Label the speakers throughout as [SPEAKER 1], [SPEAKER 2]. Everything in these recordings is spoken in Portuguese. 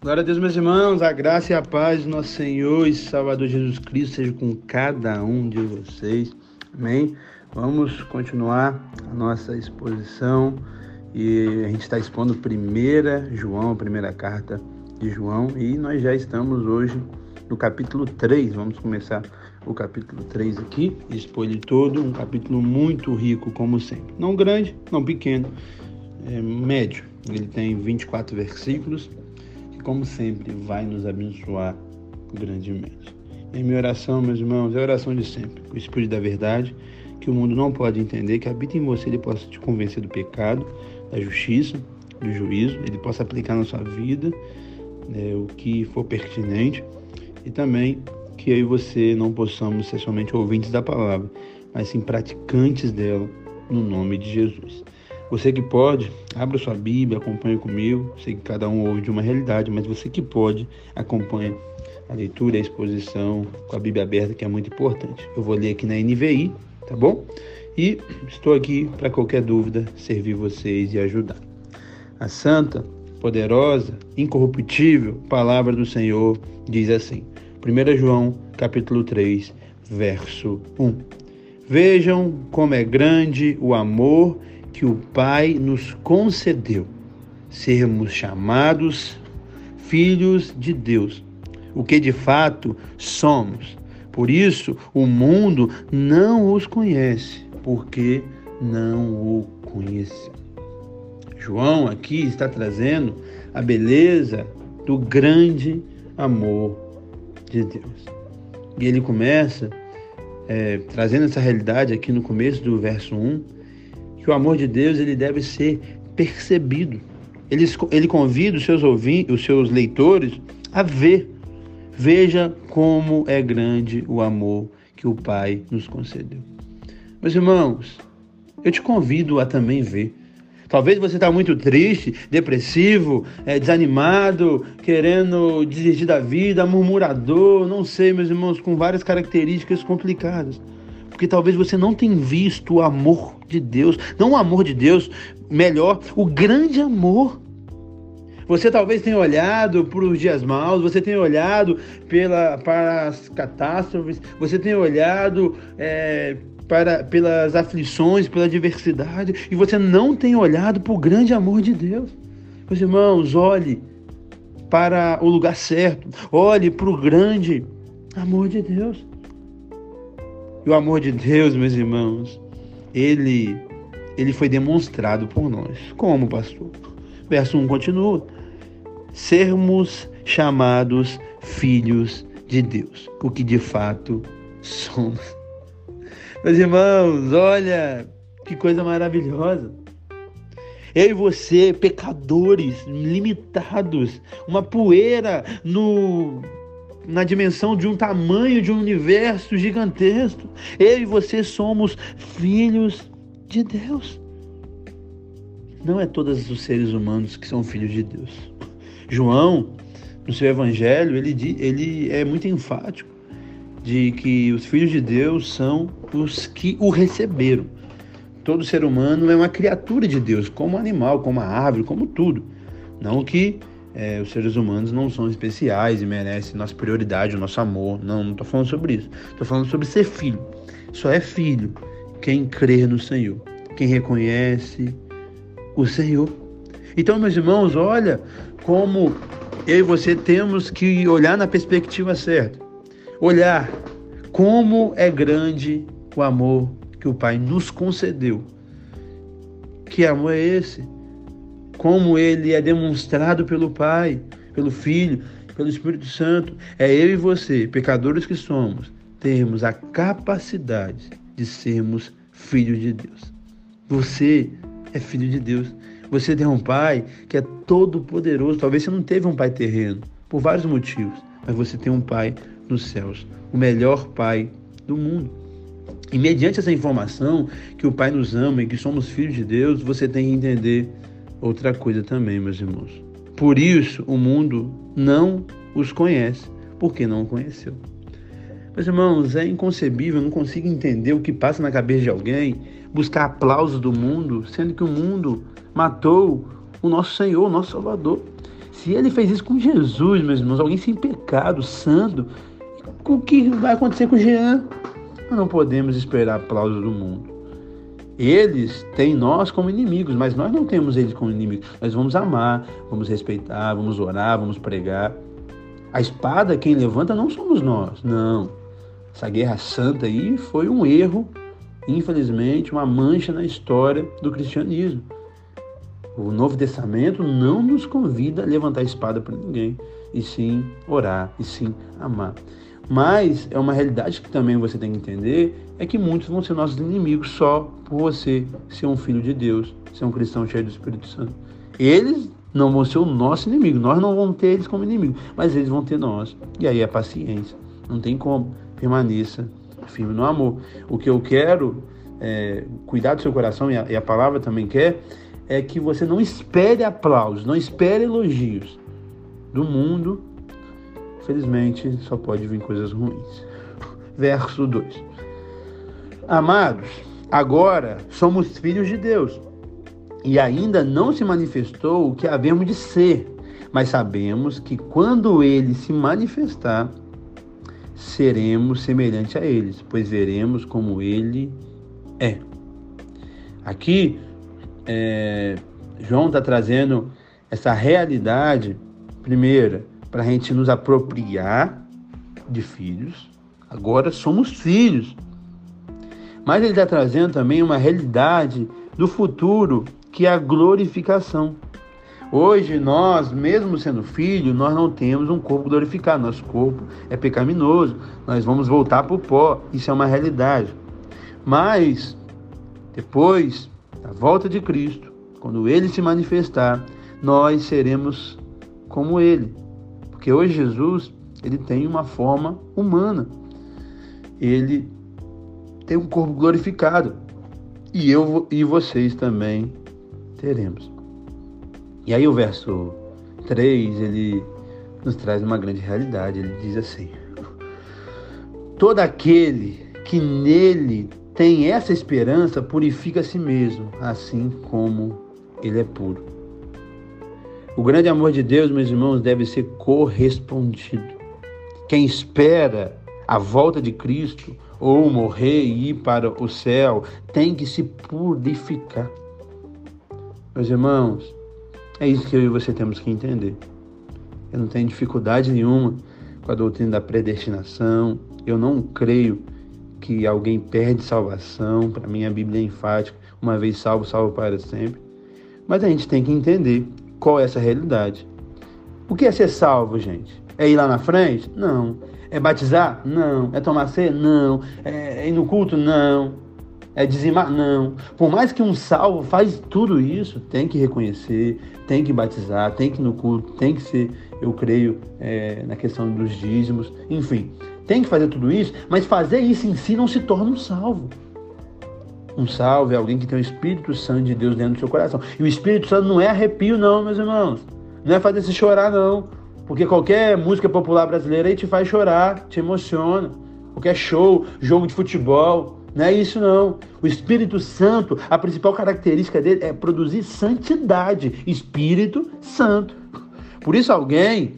[SPEAKER 1] Glória a Deus, meus irmãos, a graça e a paz do nosso Senhor e Salvador Jesus Cristo seja com cada um de vocês, amém? Vamos continuar a nossa exposição e a gente está expondo 1 João, a primeira carta de João, e nós já estamos hoje no capítulo 3, vamos começar o capítulo 3 aqui, expor ele todo, um capítulo muito rico como sempre, não grande, não pequeno, médio, ele tem 24 versículos, como sempre, vai nos abençoar grandemente. E minha oração, meus irmãos, é a oração de sempre. O Espírito da verdade, que o mundo não pode entender, que habita em você, ele possa te convencer do pecado, da justiça, do juízo, ele possa aplicar na sua vida o que for pertinente, e também que eu e você não possamos ser somente ouvintes da palavra, mas sim praticantes dela, no nome de Jesus. Você que pode, abra sua Bíblia, acompanhe comigo. Sei que cada um ouve de uma realidade, mas você que pode, acompanhe a leitura e a exposição com a Bíblia aberta, que é muito importante. Eu vou ler aqui na NVI, tá bom? E estou aqui para qualquer dúvida, servir vocês e ajudar. A santa, poderosa, incorruptível palavra do Senhor diz assim, 1 João, capítulo 3, verso 1. Vejam como é grande o amor que o Pai nos concedeu, sermos chamados filhos de Deus, o que de fato somos. Por isso, o mundo não os conhece, porque não o conheceu. João aqui está trazendo a beleza do grande amor de Deus. E ele começa trazendo essa realidade aqui no começo do verso 1, que o amor de Deus ele deve ser percebido. Ele convida os seus leitores a ver. Veja como é grande o amor que o Pai nos concedeu. Meus irmãos, eu te convido a também ver. Talvez você está muito triste, depressivo, desanimado, querendo desistir da vida, murmurador, não sei, meus irmãos, com várias características complicadas. Porque talvez você não tenha visto o amor de Deus, não o amor de Deus, melhor, o grande amor. Você talvez tenha olhado para os dias maus, você tenha olhado para as catástrofes, você tenha olhado pelas aflições, pela adversidade, e você não tem olhado para o grande amor de Deus. Meus irmãos, olhe para o lugar certo, olhe para o grande amor de Deus. E o amor de Deus, meus irmãos, ele foi demonstrado por nós. Como, pastor? Verso 1 continua. Sermos chamados filhos de Deus, o que de fato somos. Meus irmãos, olha que coisa maravilhosa. Eu e você, pecadores, limitados, uma poeira na dimensão de um tamanho de um universo gigantesco. Eu e você somos filhos de Deus. Não é todos os seres humanos que são filhos de Deus. João, no seu evangelho, ele é muito enfático de que os filhos de Deus são os que o receberam. Todo ser humano é uma criatura de Deus, como animal, como a árvore, como tudo. Não que os seres humanos não são especiais e merecem nossa prioridade, o nosso amor. Não estou falando sobre isso. Estou falando sobre ser filho. Só é filho quem crê no Senhor, quem reconhece o Senhor. Então, meus irmãos, olha como eu e você temos que olhar na perspectiva certa. Olhar como é grande o amor que o Pai nos concedeu. Que amor é esse? Como ele é demonstrado pelo Pai, pelo Filho, pelo Espírito Santo. É eu e você, pecadores que somos, termos a capacidade de sermos filhos de Deus. Você é filho de Deus. Você tem um Pai que é todo poderoso. Talvez você não teve um pai terreno, por vários motivos, mas você tem um Pai nos céus, o melhor Pai do mundo. E mediante essa informação que o Pai nos ama e que somos filhos de Deus, você tem que entender outra coisa também, meus irmãos. Por isso, o mundo não os conhece, porque não o conheceu. Meus irmãos, é inconcebível, eu não consigo entender o que passa na cabeça de alguém buscar aplausos do mundo, sendo que o mundo matou o nosso Senhor, o nosso Salvador. Se ele fez isso com Jesus, meus irmãos, alguém sem pecado, santo, o que vai acontecer com o Jean? Nós não podemos esperar aplausos do mundo. Eles têm nós como inimigos, mas nós não temos eles como inimigos. Nós vamos amar, vamos respeitar, vamos orar, vamos pregar. A espada, quem levanta não somos nós, não. Essa guerra santa aí foi um erro, infelizmente, uma mancha na história do cristianismo. O Novo Testamento não nos convida a levantar a espada para ninguém, e sim orar, e sim amar. Mas é uma realidade que também você tem que entender, é que muitos vão ser nossos inimigos só por você ser um filho de Deus, ser um cristão cheio do Espírito Santo. Eles não vão ser o nosso inimigo, nós não vamos ter eles como inimigo, mas eles vão ter nós. E aí é paciência, não tem como, permaneça firme no amor. O que eu quero cuidar do seu coração, e a palavra também quer, é que você não espere aplausos, não espere elogios do mundo. Infelizmente, só pode vir coisas ruins. Verso 2. Amados, agora somos filhos de Deus, e ainda não se manifestou o que havemos de ser, mas sabemos que quando Ele se manifestar, seremos semelhantes a Ele, pois veremos como Ele é. Aqui, João está trazendo essa realidade, primeira, para a gente nos apropriar de filhos. Agora somos filhos. Mas ele está trazendo também uma realidade do futuro, que é a glorificação. Hoje nós, mesmo sendo filhos, nós não temos um corpo glorificado. Nosso corpo é pecaminoso. Nós vamos voltar para o pó. Isso é uma realidade. Mas, depois da volta de Cristo, quando Ele se manifestar, nós seremos como Ele. Porque hoje Jesus, Ele tem uma forma humana. Ele tem um corpo glorificado. E eu e vocês também teremos. E aí o verso 3, ele nos traz uma grande realidade. Ele diz assim: todo aquele que nele tem essa esperança purifica a si mesmo, assim como ele é puro. O grande amor de Deus, meus irmãos, deve ser correspondido. Quem espera a volta de Cristo, ou morrer e ir para o céu, tem que se purificar. Meus irmãos, é isso que eu e você temos que entender. Eu não tenho dificuldade nenhuma com a doutrina da predestinação. Eu não creio que alguém perde salvação. Para mim a Bíblia é enfática: uma vez salvo, salvo para sempre. Mas a gente tem que entender qual é essa realidade. O que é ser salvo, gente? É ir lá na frente? Não. É batizar? Não. É tomar ceia? Não. É ir no culto? Não. É dizimar? Não. Por mais que um salvo faz tudo isso, tem que reconhecer, tem que batizar, tem que ir no culto, tem que ser, eu creio, na questão dos dízimos, enfim, tem que fazer tudo isso, mas fazer isso em si não se torna um salvo. Um salvo é alguém que tem o Espírito Santo de Deus dentro do seu coração. E o Espírito Santo não é arrepio, não, meus irmãos. Não é fazer você chorar, não. Porque qualquer música popular brasileira aí te faz chorar, te emociona. Qualquer show, jogo de futebol, não é isso não. O Espírito Santo, a principal característica dele é produzir santidade. Espírito Santo. Por isso alguém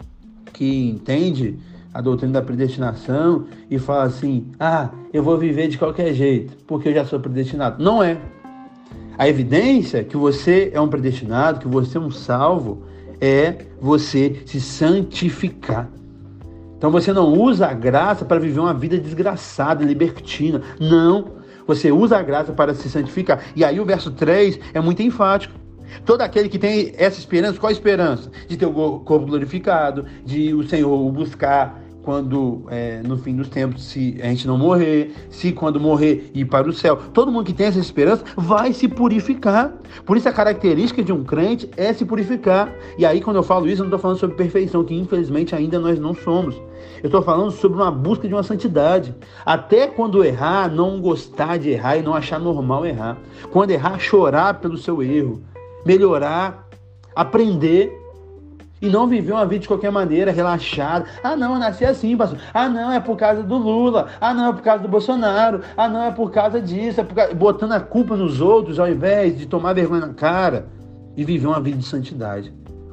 [SPEAKER 1] que entende a doutrina da predestinação e fala assim: eu vou viver de qualquer jeito, porque eu já sou predestinado. Não é. A evidência que você é um predestinado, que você é um salvo, é você se santificar. Então você não usa a graça para viver uma vida desgraçada, libertina. Não. Você usa a graça para se santificar. E aí o verso 3 é muito enfático. Todo aquele que tem essa esperança, qual a esperança? De ter o corpo glorificado, de o Senhor o buscar quando, no fim dos tempos, se a gente não morrer, se quando morrer ir para o céu. Todo mundo que tem essa esperança vai se purificar. Por isso a característica de um crente é se purificar. E aí quando eu falo isso, eu não estou falando sobre perfeição, que infelizmente ainda nós não somos. Eu estou falando sobre uma busca de uma santidade. Até quando errar, não gostar de errar e não achar normal errar. Quando errar, chorar pelo seu erro. Melhorar, aprender e não viver uma vida de qualquer maneira, relaxada. Não, eu nasci assim, pastor. Não, é por causa do Lula. Não, é por causa do Bolsonaro. Não, é por causa disso. Botando a culpa nos outros ao invés de tomar vergonha na cara e viver uma vida de santidade.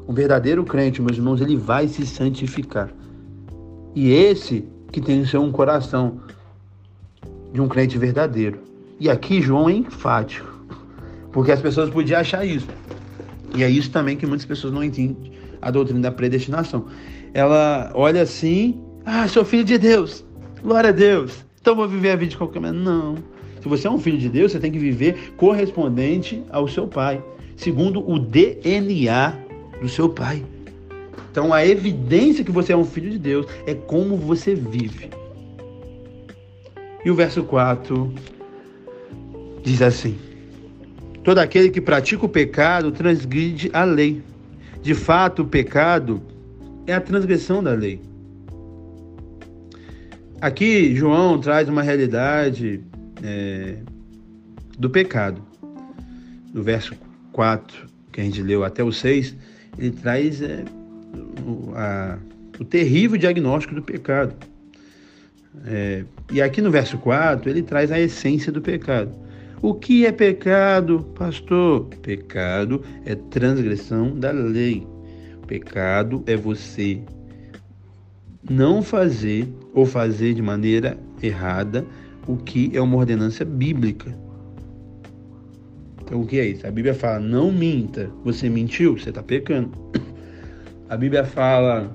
[SPEAKER 1] Um verdadeiro crente, meus irmãos, ele vai se santificar. E esse que tem que ser um coração de um crente verdadeiro. E aqui João é enfático, porque as pessoas podiam achar isso. E é isso também que muitas pessoas não entendem a doutrina da predestinação. Ela olha assim, sou filho de Deus, glória a Deus, então vou viver a vida de qualquer maneira. Não. Se você é um filho de Deus, você tem que viver correspondente ao seu pai, segundo o DNA do seu pai. Então a evidência que você é um filho de Deus é como você vive. E o verso 4 diz assim: todo aquele que pratica o pecado transgride a lei. De fato, o pecado é a transgressão da lei. Aqui João traz uma realidade do pecado. Do verso 4, que a gente leu até o 6, ele traz o terrível diagnóstico do pecado. E aqui no verso 4, ele traz a essência do pecado. O que é pecado, pastor? Pecado é transgressão da lei. Pecado é você não fazer ou fazer de maneira errada o que é uma ordenança bíblica. Então, o que é isso? A Bíblia fala, não minta. Você mentiu? Você está pecando. A Bíblia fala,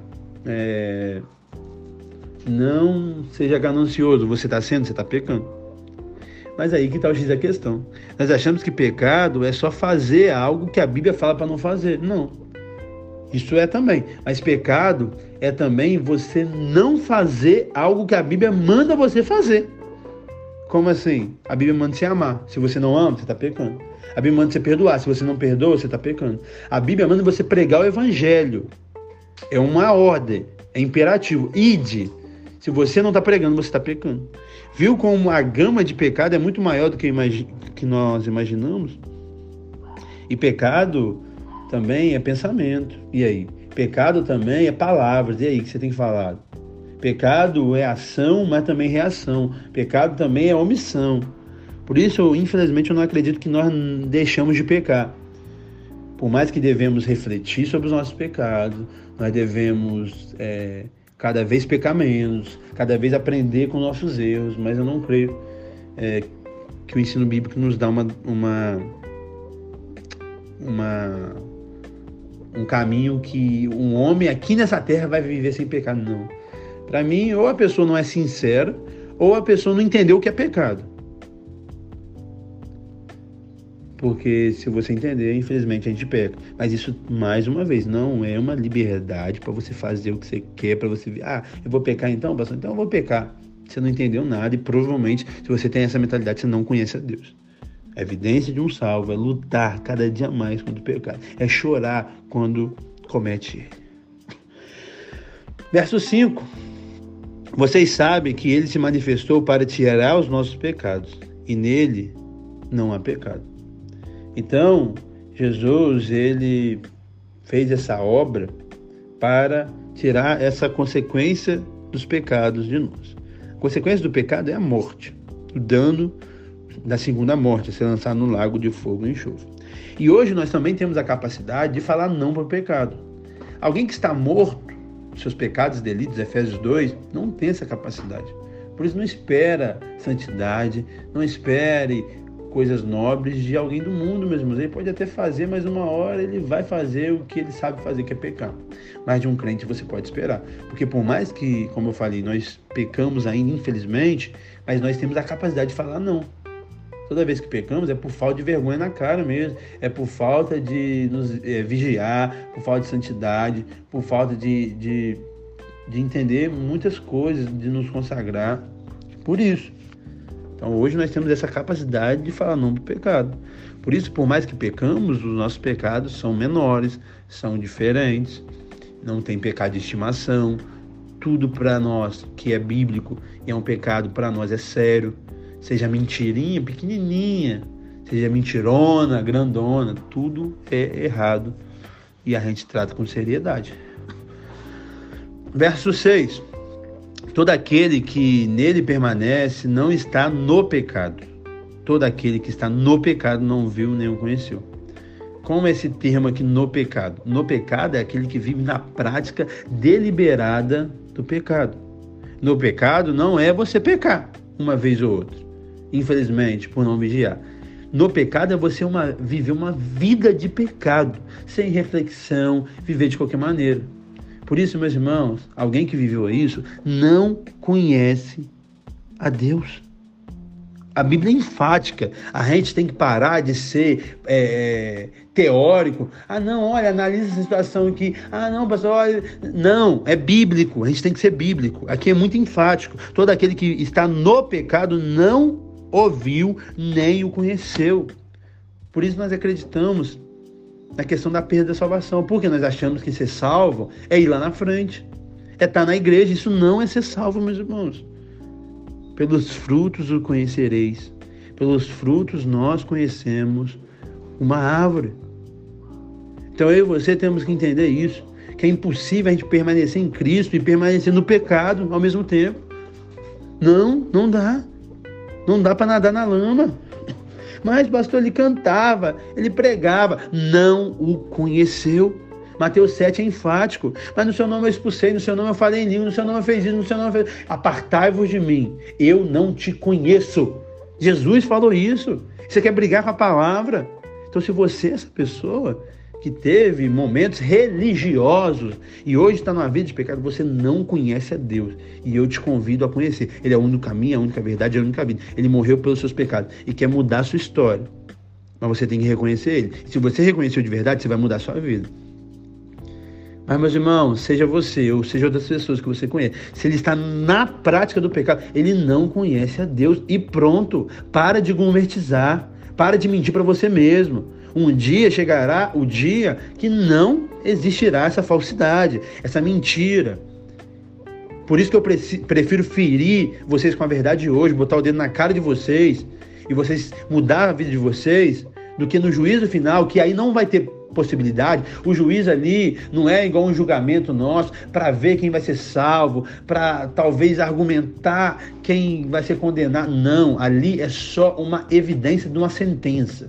[SPEAKER 1] não seja ganancioso. Você está sendo? Você está pecando. Mas aí que está o X da questão. Nós achamos que pecado é só fazer algo que a Bíblia fala para não fazer. Não. Isso é também. Mas pecado é também você não fazer algo que a Bíblia manda você fazer. Como assim? A Bíblia manda você amar. Se você não ama, você está pecando. A Bíblia manda você perdoar. Se você não perdoa, você está pecando. A Bíblia manda você pregar o Evangelho. É uma ordem. É imperativo. Ide. Se você não está pregando, você está pecando. Viu como a gama de pecado é muito maior do que nós imaginamos? E pecado também é pensamento. E aí? Pecado também é palavras. E aí, o que você tem falado? Pecado é ação, mas também reação. Pecado também é omissão. Por isso, infelizmente, eu não acredito que nós deixamos de pecar. Por mais que devemos refletir sobre os nossos pecados, nós devemos cada vez pecar menos, cada vez aprender com nossos erros, mas eu não creio que o ensino bíblico nos dá um caminho que um homem aqui nessa terra vai viver sem pecado. Não. Para mim, ou a pessoa não é sincera, ou a pessoa não entendeu o que é pecado. Porque se você entender, infelizmente a gente peca. Mas isso, mais uma vez, não é uma liberdade para você fazer o que você quer, para você... eu vou pecar então, pastor? Então eu vou pecar. Você não entendeu nada e provavelmente, se você tem essa mentalidade, você não conhece a Deus. A evidência de um salvo é lutar cada dia mais contra o pecado. É chorar quando comete ele. Verso 5. Vocês sabem que ele se manifestou para tirar os nossos pecados, e nele não há pecado. Então, Jesus, ele fez essa obra para tirar essa consequência dos pecados de nós. A consequência do pecado é a morte, o dano da segunda morte, ser lançado no lago de fogo e enxofre. E hoje nós também temos a capacidade de falar não para o pecado. Alguém que está morto, seus pecados e delitos, Efésios 2, não tem essa capacidade. Por isso não espera santidade, não espere coisas nobres de alguém do mundo mesmo. Ele pode até fazer, mas uma hora ele vai fazer o que ele sabe fazer, que é pecar. Mas de um crente você pode esperar. Porque por mais que, como eu falei, nós pecamos ainda, infelizmente, mas nós temos a capacidade de falar não. Toda vez que pecamos é por falta de vergonha na cara mesmo, é por falta de nos vigiar, por falta de santidade, por falta de entender muitas coisas, de nos consagrar. Por isso. Então hoje nós temos essa capacidade de falar não para o pecado. Por isso, por mais que pecamos, os nossos pecados são menores, são diferentes, não tem pecado de estimação. Tudo para nós que é bíblico e é um pecado, para nós é sério. Seja mentirinha, pequenininha, seja mentirona, grandona, tudo é errado e a gente trata com seriedade. Verso 6. Todo aquele que nele permanece não está no pecado. Todo aquele que está no pecado não viu nem o conheceu. Como é esse termo aqui, no pecado? No pecado é aquele que vive na prática deliberada do pecado. No pecado não é você pecar uma vez ou outra, infelizmente, por não vigiar. No pecado é você viver uma vida de pecado, sem reflexão, viver de qualquer maneira. Por isso, meus irmãos, alguém que viveu isso não conhece a Deus. A Bíblia é enfática. A gente tem que parar de ser teórico. Ah, não, olha, analisa essa situação aqui. Ah, não, pastor, olha. Não, é bíblico. A gente tem que ser bíblico. Aqui é muito enfático. Todo aquele que está no pecado não ouviu nem o conheceu. Por isso nós acreditamos na questão da perda da salvação. Porque nós achamos que ser salvo é ir lá na frente. É estar na igreja. Isso não é ser salvo, meus irmãos. Pelos frutos o conhecereis. Pelos frutos nós conhecemos uma árvore. Então eu e você temos que entender isso. Que é impossível a gente permanecer em Cristo e permanecer no pecado ao mesmo tempo. Não dá. Não dá para nadar na lama. Mas pastor, ele cantava, ele pregava. Não o conheceu. Mateus 7 é enfático. Mas no seu nome eu expulsei, no seu nome eu falei em língua, no seu nome eu fiz isso, no seu nome eu fiz... Apartai-vos de mim, eu não te conheço. Jesus falou isso. Você quer brigar com a palavra? Então se você é essa pessoa que teve momentos religiosos e hoje está numa vida de pecado, você não conhece a Deus. E eu te convido a conhecer. Ele é o único caminho, a única verdade, a única vida. Ele morreu pelos seus pecados e quer mudar a sua história. Mas você tem que reconhecer Ele. Se você reconheceu de verdade, você vai mudar a sua vida. Mas, meus irmãos, seja você ou seja outras pessoas que você conhece, se ele está na prática do pecado, ele não conhece a Deus. E pronto, para de gourmetizar, para de mentir para você mesmo. Um dia chegará o dia que não existirá essa falsidade, essa mentira. Por isso que eu prefiro ferir vocês com a verdade hoje, botar o dedo na cara de vocês e vocês mudar a vida de vocês, do que no juízo final, que aí não vai ter possibilidade. O juiz ali não é igual um julgamento nosso para ver quem vai ser salvo, para talvez argumentar quem vai ser condenado. Não, ali é só uma evidência de uma sentença.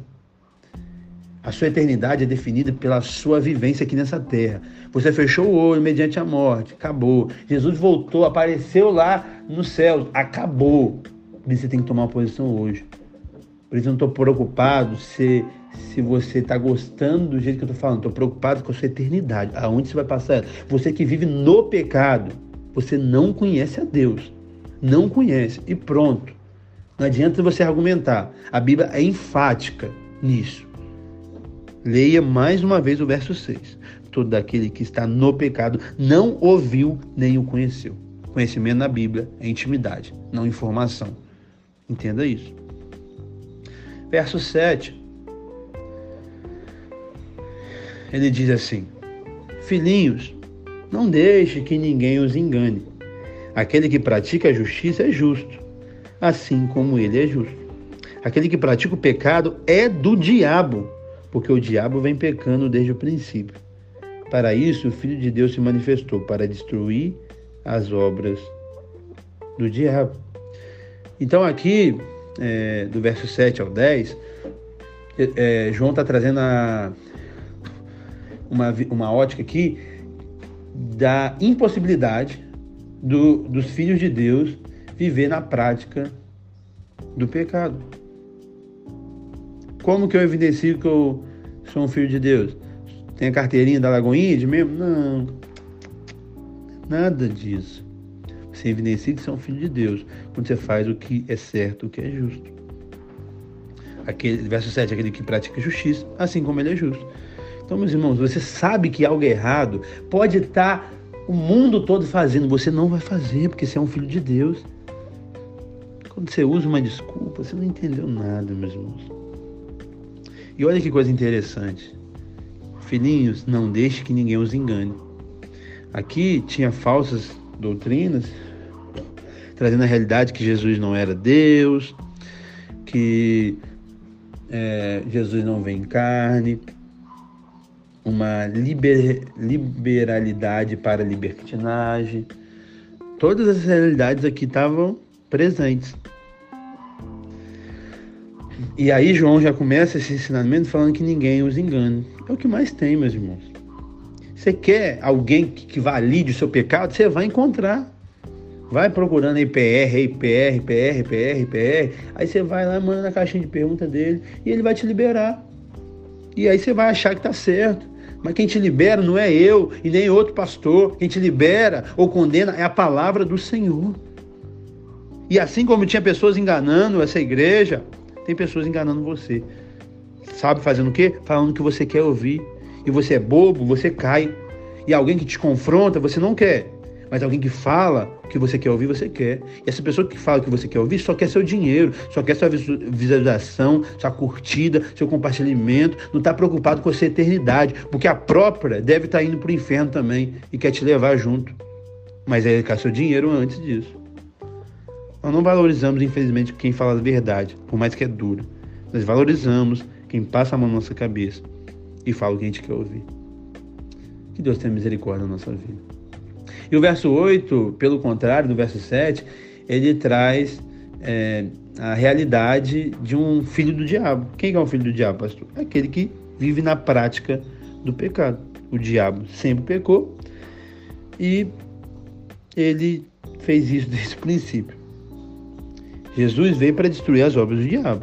[SPEAKER 1] A sua eternidade é definida pela sua vivência aqui nessa terra. Você fechou o olho mediante a morte, acabou. Jesus voltou, apareceu lá nos céus, acabou. Por isso você tem que tomar uma posição hoje. Por isso eu não estou preocupado se você está gostando do jeito que eu estou falando. Estou preocupado com a sua eternidade. Aonde você vai passar ela? Você que vive no pecado, você não conhece a Deus. Não conhece. E pronto. Não adianta você argumentar. A Bíblia é enfática nisso. Leia mais uma vez o verso 6. Todo aquele que está no pecado não ouviu nem o conheceu. Conhecimento na Bíblia é intimidade, não informação. Entenda isso. Verso 7. Ele diz assim: filhinhos, não deixe que ninguém os engane. Aquele que pratica a justiça é justo, assim como ele é justo. Aquele que pratica o pecado é do diabo, porque o diabo vem pecando desde o princípio. Para isso o Filho de Deus se manifestou, para destruir as obras do diabo. Então aqui, do verso 7 ao 10, João está trazendo uma ótica aqui da impossibilidade dos filhos de Deus viver na prática do pecado. Como que eu evidencio que eu sou um filho de Deus? Tem a carteirinha da Lagoinha de mesmo? Não. Nada disso. Você evidencia que você é um filho de Deus quando você faz o que é certo, o que é justo. Verso 7, aquele que pratica justiça, assim como ele é justo. Então, meus irmãos, você sabe que algo errado pode estar o mundo todo fazendo, você não vai fazer, porque você é um filho de Deus. Quando você usa uma desculpa, você não entendeu nada, meus irmãos. E olha que coisa interessante. Filhinhos, não deixe que ninguém os engane. Aqui tinha falsas doutrinas, trazendo a realidade que Jesus não era Deus, que Jesus não vem em carne, uma liberalidade para a libertinagem. Todas as realidades aqui estavam presentes. E aí João já começa esse ensinamento falando que ninguém os engane. É o que mais tem, meus irmãos. Você quer alguém que valide o seu pecado? Você vai encontrar. Vai procurando aí PR. Aí você vai lá, manda na caixinha de pergunta dele e ele vai te liberar. E aí você vai achar que tá certo. Mas quem te libera não é eu e nem outro pastor. Quem te libera ou condena é a palavra do Senhor. E assim como tinha pessoas enganando essa igreja, tem pessoas enganando você. Sabe fazendo o quê? Falando o que você quer ouvir. E você é bobo, você cai. E alguém que te confronta, você não quer. Mas alguém que fala o que você quer ouvir, você quer. E essa pessoa que fala o que você quer ouvir só quer seu dinheiro, só quer sua visualização, sua curtida, seu compartilhamento, não está preocupado com a sua eternidade, porque a própria deve estar indo para o inferno também e quer te levar junto. Mas ele quer seu dinheiro antes disso. Nós não valorizamos, infelizmente, quem fala a verdade, por mais que é duro. Nós valorizamos quem passa a mão na nossa cabeça e fala o que a gente quer ouvir. Que Deus tenha misericórdia na nossa vida. E o verso 8, pelo contrário do verso 7, ele traz a realidade de um filho do diabo. Quem é um filho do diabo, pastor? Aquele que vive na prática do pecado. O diabo sempre pecou e ele fez isso desde o princípio. Jesus veio para destruir as obras do diabo.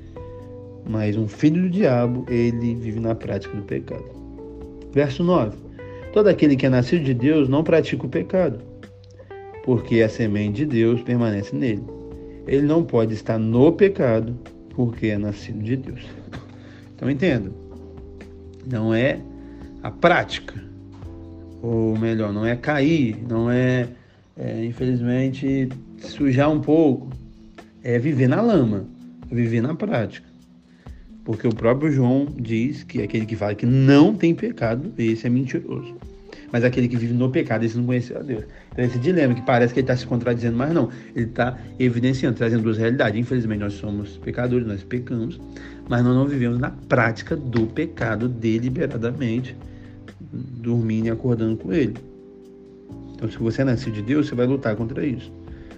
[SPEAKER 1] Mas um filho do diabo, ele vive na prática do pecado. Verso 9. Todo aquele que é nascido de Deus não pratica o pecado, porque a semente de Deus permanece nele. Ele não pode estar no pecado, porque é nascido de Deus. Então entenda, não é a prática, ou melhor, não é cair, não é infelizmente, sujar um pouco, é viver na lama, é viver na prática. Porque o próprio João diz que aquele que fala que não tem pecado, esse é mentiroso. Mas aquele que vive no pecado, esse não conheceu a Deus. Então esse dilema que parece que ele está se contradizendo, mas não. Ele está evidenciando, trazendo duas realidades. Infelizmente nós somos pecadores, nós pecamos, mas nós não vivemos na prática do pecado deliberadamente, dormindo e acordando com ele. Então se você é nascido de Deus, você vai lutar contra isso.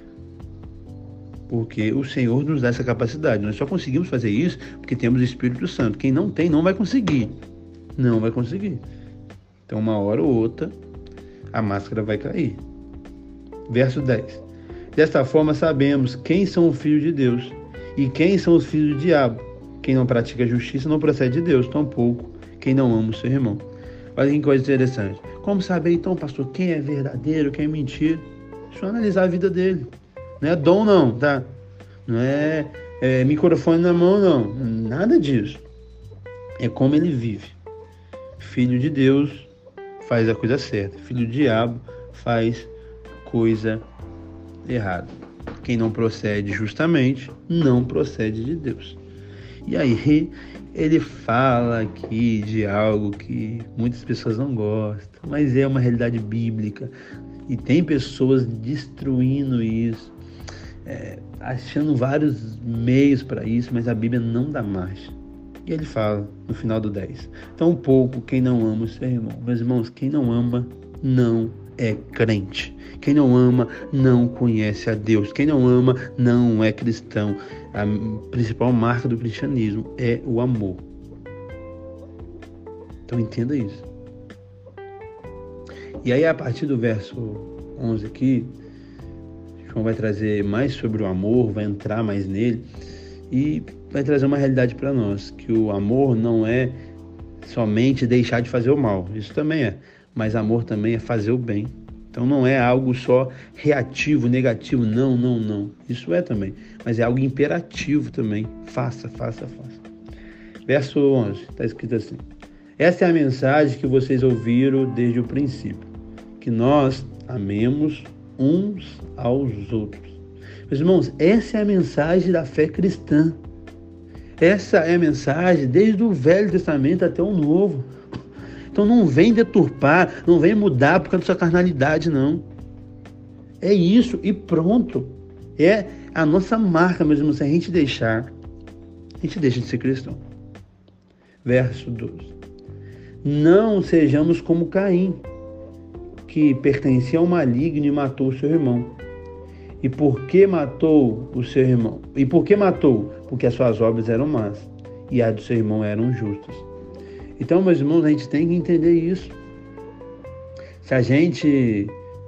[SPEAKER 1] Porque o Senhor nos dá essa capacidade. Nós só conseguimos fazer isso porque temos o Espírito Santo. Quem não tem, não vai conseguir. Não vai conseguir. Então, uma hora ou outra, a máscara vai cair. Verso 10. Desta forma, sabemos quem são os filhos de Deus e quem são os filhos do diabo. Quem não pratica a justiça não procede de Deus, tampouco quem não ama o seu irmão. Olha que coisa interessante. Como saber, então, pastor, quem é verdadeiro, quem é mentira? É só analisar a vida dele. Não é dom não, tá? Não é microfone na mão não, nada disso. É como ele vive. Filho de Deus faz a coisa certa, filho do diabo faz coisa errada. Quem não procede justamente, não procede de Deus. E aí ele fala aqui de algo que muitas pessoas não gostam, mas é uma realidade bíblica. E tem pessoas destruindo isso. Achando vários meios para isso, mas a Bíblia não dá margem. E ele fala no final do 10. Tão pouco quem não ama o seu irmão. Meus irmãos, quem não ama não é crente. Quem não ama não conhece a Deus. Quem não ama não é cristão. A principal marca do cristianismo é o amor. Então entenda isso. E aí a partir do verso 11 aqui, João vai trazer mais sobre o amor, vai entrar mais nele e vai trazer uma realidade para nós, que o amor não é somente deixar de fazer o mal, isso também é, mas amor também é fazer o bem. Então não é algo só reativo, negativo, não, isso é também, mas é algo imperativo também, faça. Verso 11, está escrito assim: essa é a mensagem que vocês ouviram desde o princípio, que nós amemos uns aos outros. Meus irmãos, essa é a mensagem da fé cristã. Essa é a mensagem desde o Velho Testamento até o Novo. Então não vem deturpar, não vem mudar por causa da sua carnalidade, não. É isso e pronto. É a nossa marca, meus irmãos. Se a gente deixa de ser cristão. Verso 12. Não sejamos como Caim, que pertencia ao maligno e matou o seu irmão. E por que matou o seu irmão? E por que matou? Porque as suas obras eram más e as do seu irmão eram justas. Então, meus irmãos, a gente tem que entender isso. Se a gente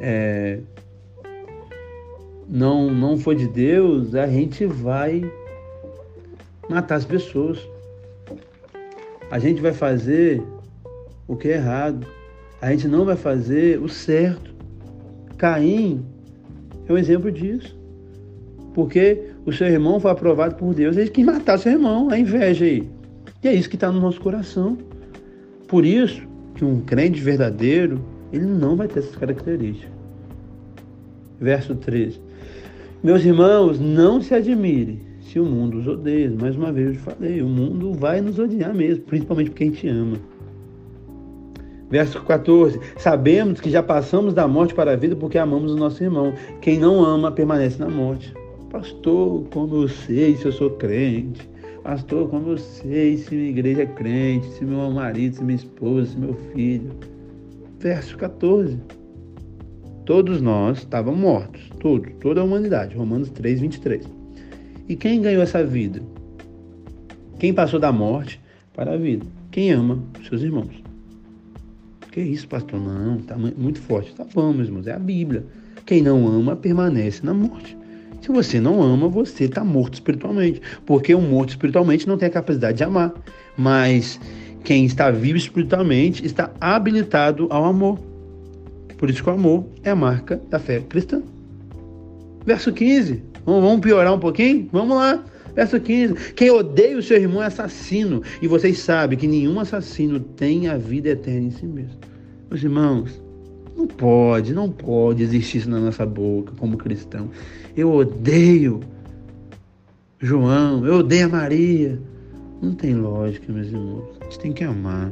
[SPEAKER 1] não for de Deus, a gente vai matar as pessoas. A gente vai fazer o que é errado. A gente não vai fazer o certo. Caim é um exemplo disso. Porque o seu irmão foi aprovado por Deus, ele quis matar seu irmão, a inveja aí. E é isso que está no nosso coração. Por isso que um crente verdadeiro, ele não vai ter essas características. Verso 13. Meus irmãos, não se admire se o mundo os odeia. Mais uma vez eu te falei, o mundo vai nos odiar mesmo, principalmente porque a gente ama. Verso 14. Sabemos que já passamos da morte para a vida porque amamos o nosso irmão. Quem não ama permanece na morte. Pastor, como eu sei se eu sou crente? Pastor, como eu sei se minha igreja é crente, se meu marido, se minha esposa, se meu filho? Verso 14. Todos nós estávamos mortos, toda a humanidade. Romanos 3, 23. E quem ganhou essa vida? Quem passou da morte para a vida? Quem ama os seus irmãos. Que isso, pastor? Não, está muito forte. Tá bom, meus irmãos, é a Bíblia. Quem não ama permanece na morte. Se você não ama, você está morto espiritualmente. Porque o morto espiritualmente não tem a capacidade de amar. Mas quem está vivo espiritualmente está habilitado ao amor. Por isso que o amor é a marca da fé cristã. Verso 15. Vamos piorar um pouquinho? Vamos lá. Verso 15. Quem odeia o seu irmão é assassino. E vocês sabem que nenhum assassino tem a vida eterna em si mesmo. Meus irmãos, não pode existir isso na nossa boca como cristão. Eu odeio João, eu odeio a Maria. Não tem lógica, meus irmãos. A gente tem que amar.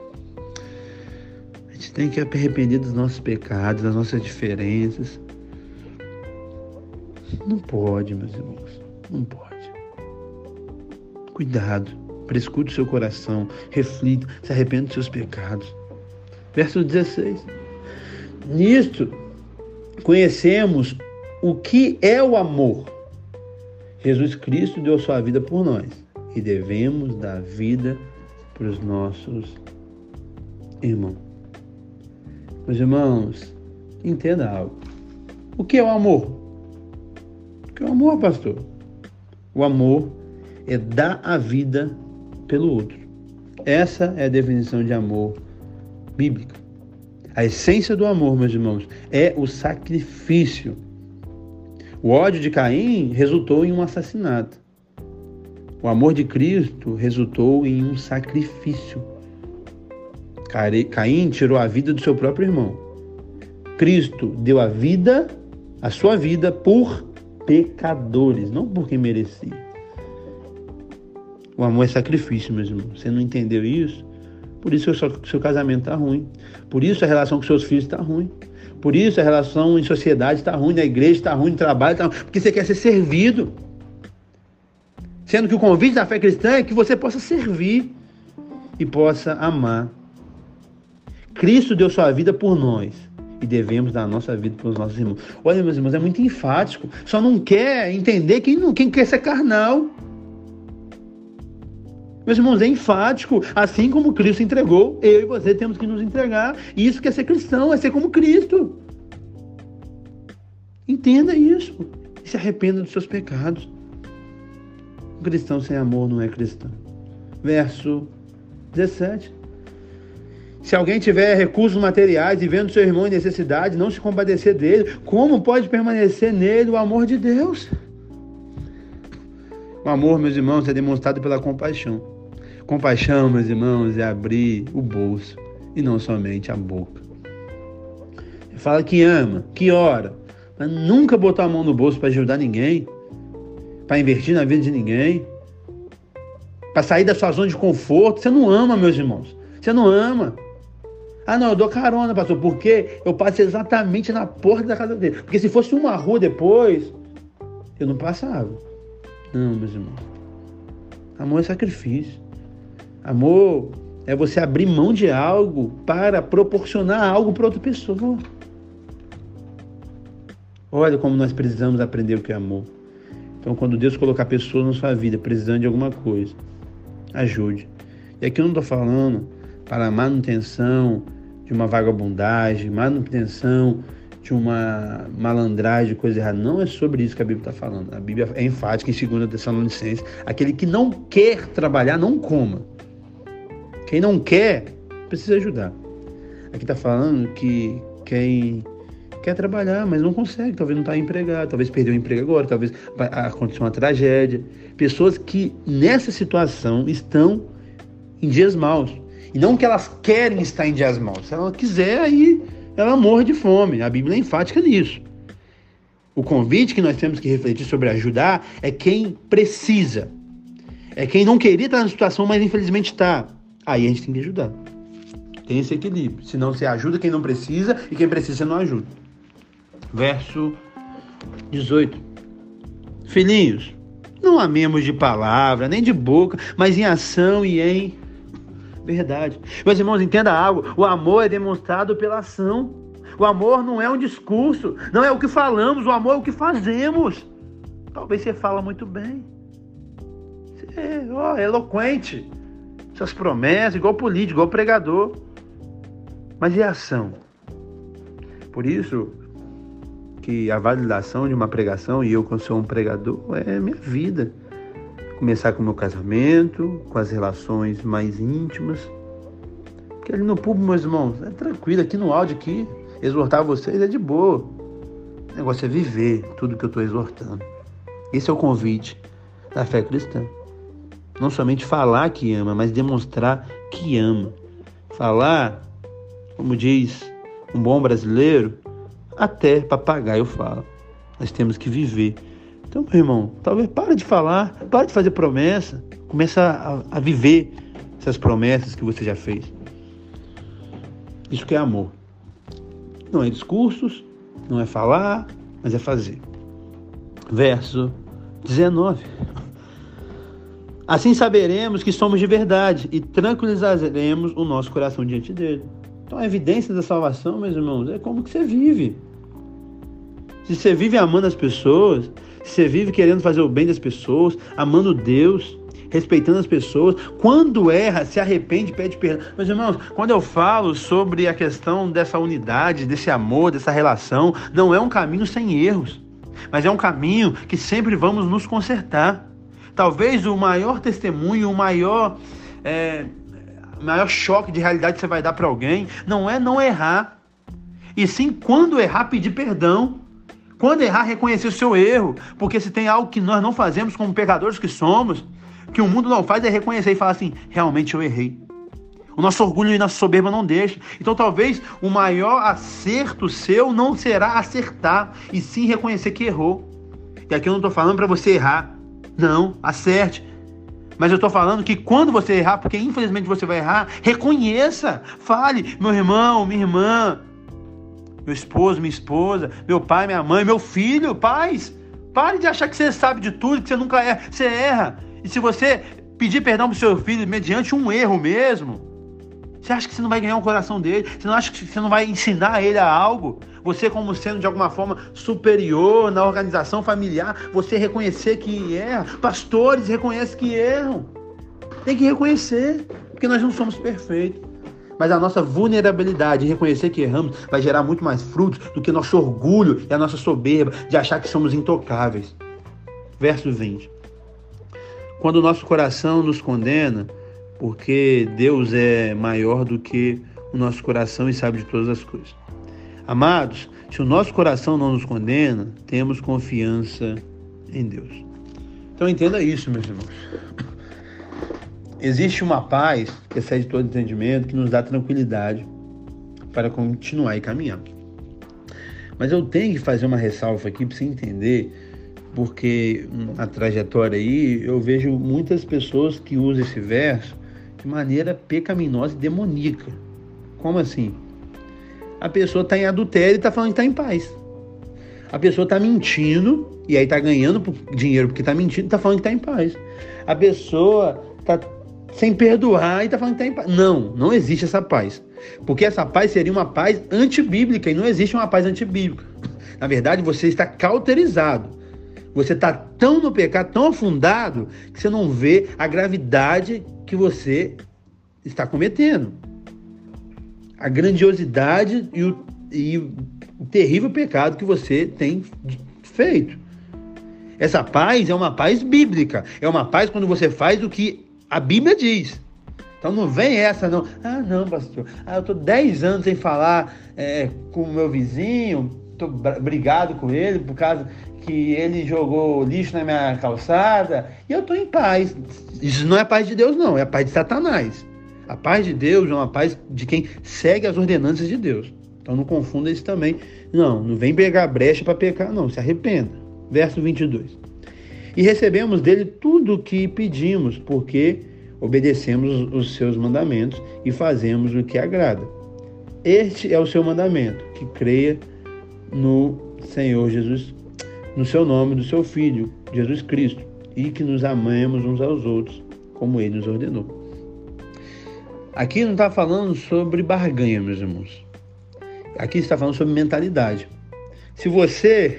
[SPEAKER 1] A gente tem que arrepender dos nossos pecados, das nossas diferenças. Não pode, meus irmãos. Não pode. Cuidado. Prescute o seu coração. Reflita. Se arrependa dos seus pecados. Verso 16. Nisto conhecemos o que é o amor. Jesus Cristo deu sua vida por nós. E devemos dar vida para os nossos irmãos. Meus irmãos, entenda algo. O que é o amor? O que é o amor, pastor? O amor é dar a vida pelo outro. Essa é a definição de amor bíblica. A essência do amor, meus irmãos, é o sacrifício. O ódio de Caim resultou em um assassinato. O amor de Cristo resultou em um sacrifício. Caim tirou a vida do seu próprio irmão. Cristo deu a sua vida por pecadores, não por quem merecia. O amor é sacrifício, meus irmãos. Você não entendeu isso? Por isso o seu casamento está ruim. Por isso a relação com seus filhos está ruim. Por isso a relação em sociedade está ruim, na igreja está ruim, no trabalho está ruim. Porque você quer ser servido. Sendo que o convite da fé cristã é que você possa servir e possa amar. Cristo deu sua vida por nós e devemos dar a nossa vida pelos nossos irmãos. Olha, meus irmãos, é muito enfático. Só não quer entender quem quer ser carnal. Meus irmãos, é enfático. Assim como Cristo entregou, eu e você temos que nos entregar. E isso que é ser cristão, é ser como Cristo. Entenda isso e se arrependa dos seus pecados. Um cristão sem amor não é cristão. Verso 17. Se alguém tiver recursos materiais e vendo seu irmão em necessidade, não se compadecer dele, como pode permanecer nele o amor de Deus? O amor, meus irmãos, é demonstrado pela compaixão. Compaixão, meus irmãos, é abrir o bolso e não somente a boca. Fala que ama, que ora, mas nunca botar a mão no bolso para ajudar ninguém, para investir na vida de ninguém, para sair da sua zona de conforto. Você não ama, meus irmãos. Você não ama. Ah, não, eu dou carona, pastor, porque eu passo exatamente na porta da casa dele. Porque se fosse uma rua depois, eu não passava. Não, meus irmãos. Amor é sacrifício. Amor é você abrir mão de algo para proporcionar algo para outra pessoa. Olha como nós precisamos aprender o que é amor. Então, quando Deus colocar pessoas na sua vida precisando de alguma coisa, ajude. E aqui eu não estou falando para manutenção de uma vagabundagem, manutenção de uma malandragem, coisa errada. Não é sobre isso que a Bíblia está falando. A Bíblia é enfática em 2 Tessalonicenses. Aquele que não quer trabalhar, não coma. Quem não quer, precisa ajudar. Aqui está falando que quem quer trabalhar, mas não consegue, talvez não está empregado, talvez perdeu o emprego agora, talvez aconteceu uma tragédia. Pessoas que nessa situação estão em dias maus. E não que elas querem estar em dias maus. Se ela quiser, aí ela morre de fome. A Bíblia é enfática nisso. O convite que nós temos que refletir sobre ajudar é quem precisa. É quem não queria estar na situação, mas infelizmente está. Aí a gente tem que ajudar. Tem esse equilíbrio. Senão você ajuda quem não precisa e quem precisa você não ajuda. Verso 18. Filhinhos, não amemos de palavra, nem de boca, mas em ação e em verdade. Meus irmãos, entenda algo. O amor é demonstrado pela ação. O amor não é um discurso, não é o que falamos, o amor é o que fazemos. Talvez você fala muito bem. Você é eloquente. Suas promessas, igual político, igual pregador. Mas e a ação? Por isso que a validação de uma pregação, e eu que sou um pregador, é minha vida. Começar com o meu casamento, com as relações mais íntimas. Porque ali no público, meus irmãos, é tranquilo, aqui no áudio, aqui, exortar vocês é de boa. O negócio é viver tudo que eu estou exortando. Esse é o convite da fé cristã. Não somente falar que ama, mas demonstrar que ama. Falar, como diz um bom brasileiro, até papagaio fala. Nós temos que viver. Então, meu irmão, talvez pare de falar, pare de fazer promessa, começa a viver essas promessas que você já fez. Isso que é amor. Não é discursos, não é falar, mas é fazer. Verso 19. Assim saberemos que somos de verdade e tranquilizaremos o nosso coração diante dele. Então a evidência da salvação, meus irmãos, é como que você vive. Se você vive amando as pessoas, se você vive querendo fazer o bem das pessoas, amando Deus, respeitando as pessoas, quando erra, se arrepende, pede perdão. Meus irmãos, quando eu falo sobre a questão dessa unidade, desse amor, dessa relação, não é um caminho sem erros, mas é um caminho que sempre vamos nos consertar. Talvez o maior testemunho, o maior choque de realidade que você vai dar para alguém não é não errar, e sim, quando errar, pedir perdão. Quando errar, reconhecer o seu erro, porque se tem algo que nós não fazemos como pecadores que somos, que o mundo não faz, é reconhecer e falar assim, realmente eu errei. O nosso orgulho e nossa soberba não deixa. Então talvez o maior acerto seu não será acertar, e sim reconhecer que errou. E aqui eu não estou falando para você errar, não, acerte. Mas eu estou falando que quando você errar, porque infelizmente você vai errar, reconheça, fale, meu irmão, minha irmã, meu esposo, minha esposa, meu pai, minha mãe, meu filho, pais, pare de achar que você sabe de tudo, que você nunca erra, você erra. E se você pedir perdão pro seu filho mediante um erro mesmo, você acha que você não vai ganhar o coração dele? Você não acha que você não vai ensinar ele a algo? Você, como sendo de alguma forma superior na organização familiar, você reconhecer que erra. Pastores reconhecem que erram. Tem que reconhecer, porque nós não somos perfeitos. Mas a nossa vulnerabilidade, reconhecer que erramos, vai gerar muito mais frutos do que nosso orgulho e a nossa soberba de achar que somos intocáveis. Verso 20. Quando o nosso coração nos condena, porque Deus é maior do que o nosso coração e sabe de todas as coisas. Amados, se o nosso coração não nos condena, temos confiança em Deus. Então entenda isso, meus irmãos. Existe uma paz que excede todo entendimento, que nos dá tranquilidade para continuar e caminhar. Mas eu tenho que fazer uma ressalva aqui para você entender, porque na trajetória aí eu vejo muitas pessoas que usam esse verso de maneira pecaminosa e demoníaca. Como assim? A pessoa está em adultério e está falando que está em paz. A pessoa está mentindo e aí está ganhando dinheiro porque está mentindo e está falando que está em paz. A pessoa está sem perdoar e está falando que está em paz. Não existe essa paz. Porque essa paz seria uma paz antibíblica e não existe uma paz antibíblica. Na verdade, você está cauterizado. Você está tão no pecado, tão afundado, que você não vê a gravidade que você está cometendo. A grandiosidade e o terrível pecado que você tem feito. Essa paz é uma paz bíblica. É uma paz quando você faz o que a Bíblia diz. Então não vem essa, não. Ah, não, pastor. Eu estou 10 anos sem falar com o meu vizinho, estou brigado com ele por causa que ele jogou lixo na minha calçada e eu estou em paz. Isso não é a paz de Deus, não. É a paz de Satanás. A paz de Deus é uma paz de quem segue as ordenanças de Deus. Então não confunda isso também. Não vem pegar brecha para pecar, não. Se arrependa. Verso 22. E recebemos dele tudo o que pedimos, porque obedecemos os seus mandamentos e fazemos o que agrada. Este é o seu mandamento, que creia no Senhor Jesus, no seu nome, do seu Filho, Jesus Cristo, e que nos amemos uns aos outros, como ele nos ordenou. Aqui não está falando sobre barganha, meus irmãos. Aqui está falando sobre mentalidade. Se você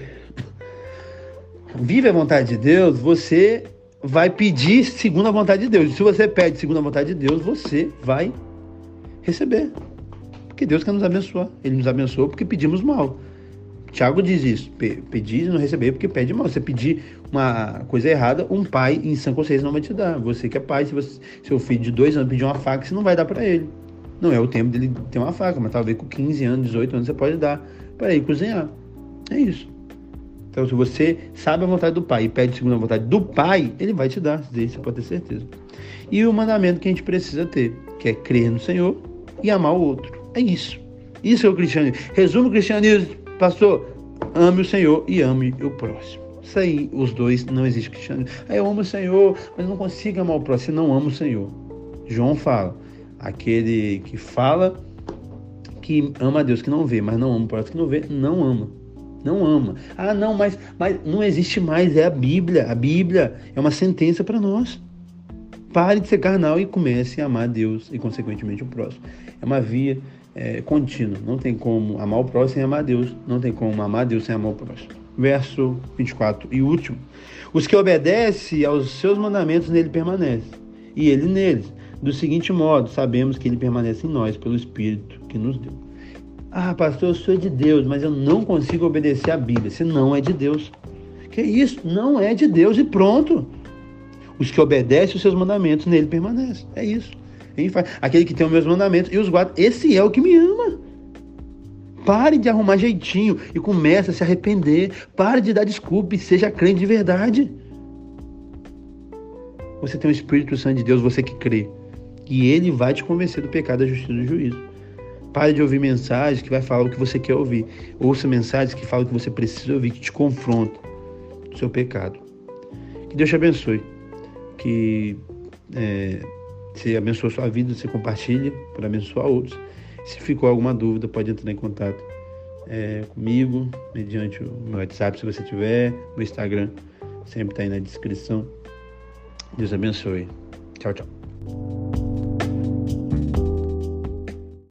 [SPEAKER 1] vive a vontade de Deus, você vai pedir segundo a vontade de Deus. E se você pede segundo a vontade de Deus, você vai receber. Porque Deus quer nos abençoar. Ele nos abençoou porque pedimos mal. Tiago diz isso. Pedir e não receber porque pede mal. Você pedir uma coisa errada, um pai em sã consciência não vai te dar. Você que é pai, se seu filho de 2 anos pedir uma faca, você não vai dar para ele. Não é o tempo dele ter uma faca, mas talvez com 15 anos, 18 anos, você pode dar para ele cozinhar. É isso. Então, se você sabe a vontade do pai e pede segundo a vontade do pai, ele vai te dar, você pode ter certeza. E o mandamento que a gente precisa ter, que é crer no Senhor e amar o outro. É isso. Isso é o cristianismo. Resumo o cristianismo, pastor, ame o Senhor e ame o próximo. Isso aí, os dois, não existe cristianismo. Eu amo o Senhor, mas não consigo amar o próximo, não amo o Senhor. João fala, aquele que fala que ama a Deus, que não vê, mas não ama o próximo que não vê, não ama. Não ama. Não, mas não existe mais, é a Bíblia. A Bíblia é uma sentença para nós. Pare de ser carnal e comece a amar Deus e, consequentemente, o próximo. É uma via contínua. Não tem como amar o próximo sem amar Deus. Não tem como amar Deus sem amar o próximo. Verso 24 e último. Os que obedecem aos seus mandamentos nele permanecem, e ele neles. Do seguinte modo, sabemos que ele permanece em nós pelo Espírito que nos deu. Pastor, eu sou de Deus, mas eu não consigo obedecer a Bíblia. Se não é de Deus. Que isso? Não é de Deus e pronto. Os que obedecem os seus mandamentos, nele permanecem. É isso. Aquele que tem os meus mandamentos e os guarda, esse é o que me ama. Pare de arrumar jeitinho e comece a se arrepender. Pare de dar desculpa e seja crente de verdade. Você tem o Espírito Santo de Deus, você que crê. E ele vai te convencer do pecado, da justiça e do juízo. Pare de ouvir mensagens que vai falar o que você quer ouvir. Ouça mensagens que falam o que você precisa ouvir, que te confrontam do seu pecado. Que Deus te abençoe. Que você abençoe a sua vida, você compartilha para abençoar outros. Se ficou alguma dúvida, pode entrar em contato comigo, mediante o meu WhatsApp, se você tiver, meu Instagram, sempre está aí na descrição. Deus abençoe. Tchau, tchau.